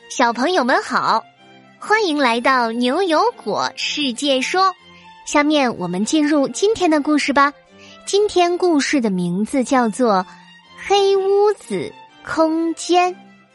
小朋友们好，欢迎来到牛油果世界说。下面我们进入今天的故事吧。今天故事的名字叫做《黑屋子空间》。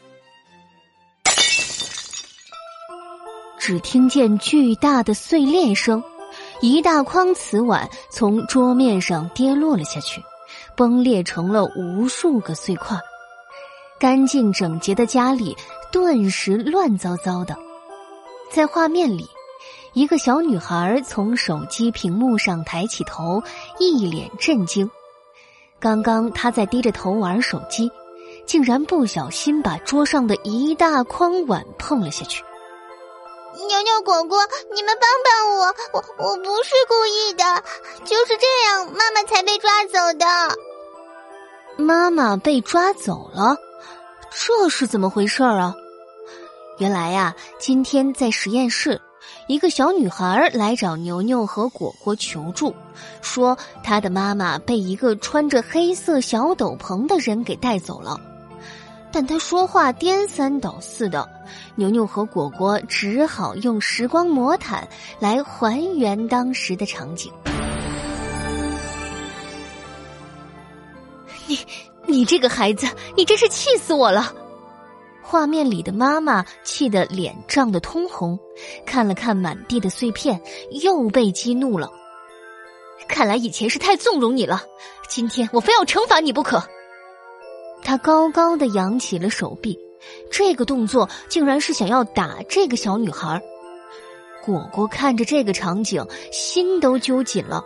只听见巨大的碎裂声，一大筐瓷碗从桌面上跌落了下去，崩裂成了无数个碎块。干净整洁的家里顿时乱糟糟的。在画面里，一个小女孩从手机屏幕上抬起头，一脸震惊。刚刚她在低着头玩手机，竟然不小心把桌上的一大筐碗碰了下去。 牛牛果果，你们帮帮我不是故意的，就是这样，妈妈才被抓走的。 妈妈被抓走了？这是怎么回事啊？原来呀，今天在实验室，一个小女孩来找牛牛和果果求助，说她的妈妈被一个穿着黑色小斗篷的人给带走了。但她说话颠三倒四的，牛牛和果果只好用时光魔毯来还原当时的场景。你这个孩子，你真是气死我了！画面里的妈妈气得脸涨得通红，看了看满地的碎片，又被激怒了。看来以前是太纵容你了，今天我非要惩罚你不可。她高高地扬起了手臂，这个动作竟然是想要打这个小女孩。果果看着这个场景，心都揪紧了。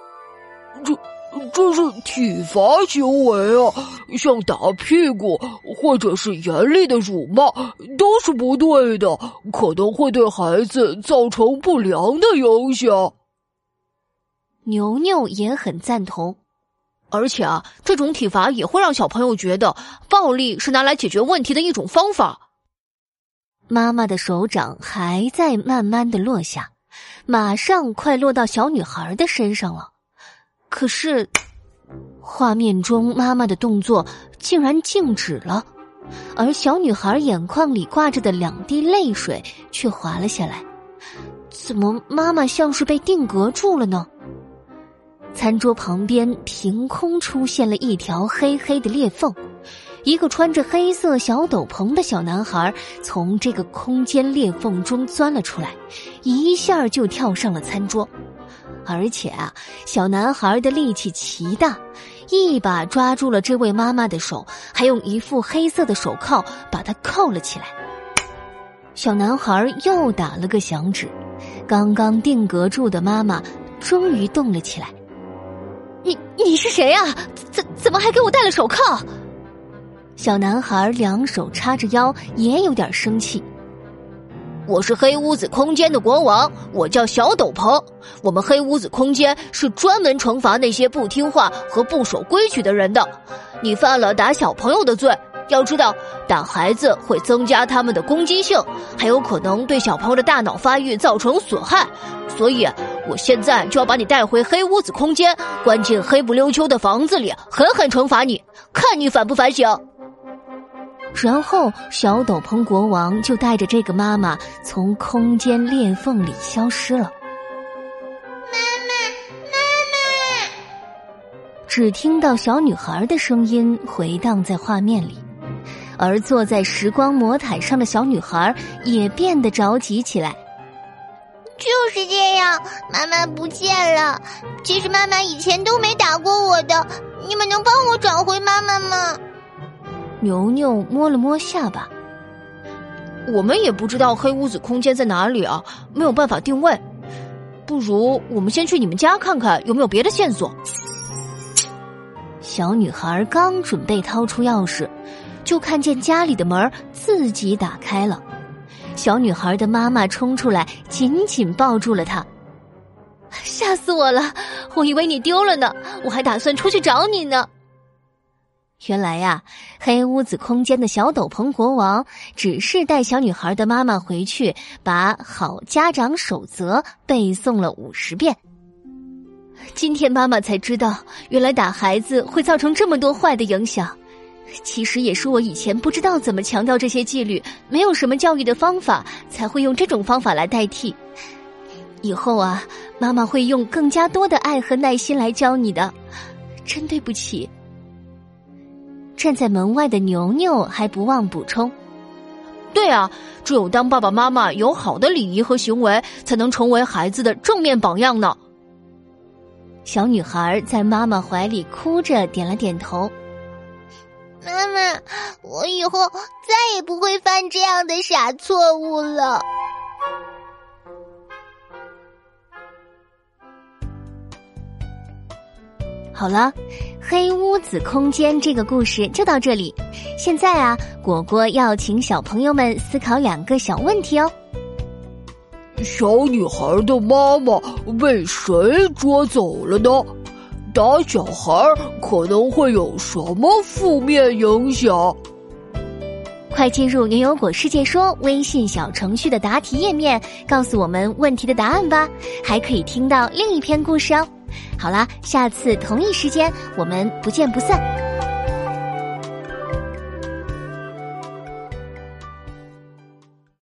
这是体罚行为啊，像打屁股或者是严厉的辱骂都是不对的，可能会对孩子造成不良的影响。 牛牛也很赞同， 而且这种体罚也会让小朋友觉得暴力是拿来解决问题的一种方法。 妈妈的手掌还在慢慢的落下，马上快落到小女孩的身上了。可是画面中妈妈的动作竟然静止了，而小女孩眼眶里挂着的2滴泪水却滑了下来。怎么妈妈像是被定格住了呢？餐桌旁边凭空出现了一条黑黑的裂缝，一个穿着黑色小斗篷的小男孩从这个空间裂缝中钻了出来，一下就跳上了餐桌。而且小男孩的力气奇大，一把抓住了这位妈妈的手，还用一副黑色的手铐把她铐了起来。小男孩又打了个响指，刚刚定格住的妈妈终于动了起来。你是谁啊？怎么还给我戴了手铐？小男孩2手叉着腰，也有点生气。 我是黑屋子空间的国王，我叫小斗篷。我们黑屋子空间是专门惩罚那些不听话和不守规矩的人的。你犯了打小朋友的罪，要知道打孩子会增加他们的攻击性，还有可能对小朋友的大脑发育造成损害。所以我现在就要把你带回黑屋子空间，关进黑不溜秋的房子里，狠狠惩罚你，看你反不反省。 然后小斗篷国王就带着这个妈妈从空间裂缝里消失了。 妈妈！ 只听到小女孩的声音回荡在画面里，而坐在时光魔毯上的小女孩也变得着急起来。 就是这样，妈妈不见了。其实妈妈以前都没打过我的，你们能帮我找回妈妈吗？ 牛牛摸了摸下巴， 我们也不知道黑屋子空间在哪里啊，没有办法定位。不如我们先去你们家看看有没有别的线索。 小女孩刚准备掏出钥匙，就看见家里的门自己打开了。小女孩的妈妈冲出来，紧紧抱住了她。吓死我了，我以为你丢了呢，我还打算出去找你呢。原来黑屋子空间的小斗篷国王只是带小女孩的妈妈回去，把好家长守则背诵了50遍。今天妈妈才知道，原来打孩子会造成这么多坏的影响。 其实也是我以前不知道怎么强调这些纪律，没有什么教育的方法，才会用这种方法来代替。以后啊，妈妈会用更加多的爱和耐心来教你的，真对不起。站在门外的牛牛还不忘补充： 对啊，只有当爸爸妈妈有好的礼仪和行为，才能成为孩子的正面榜样呢。 小女孩在妈妈怀里哭着点了点头。 妈妈，我以后再也不会犯这样的傻错误了。 好了，黑屋子空间这个故事就到这里。现在啊，果果要请小朋友们思考2个小问题哦。 小女孩的妈妈被谁捉走了呢？打小孩可能会有什么负面影响？ 快进入牛油果世界说微信小程序的答题页面，告诉我们问题的答案吧，还可以听到另一篇故事哦。好啦，下次同一时间我们不见不散。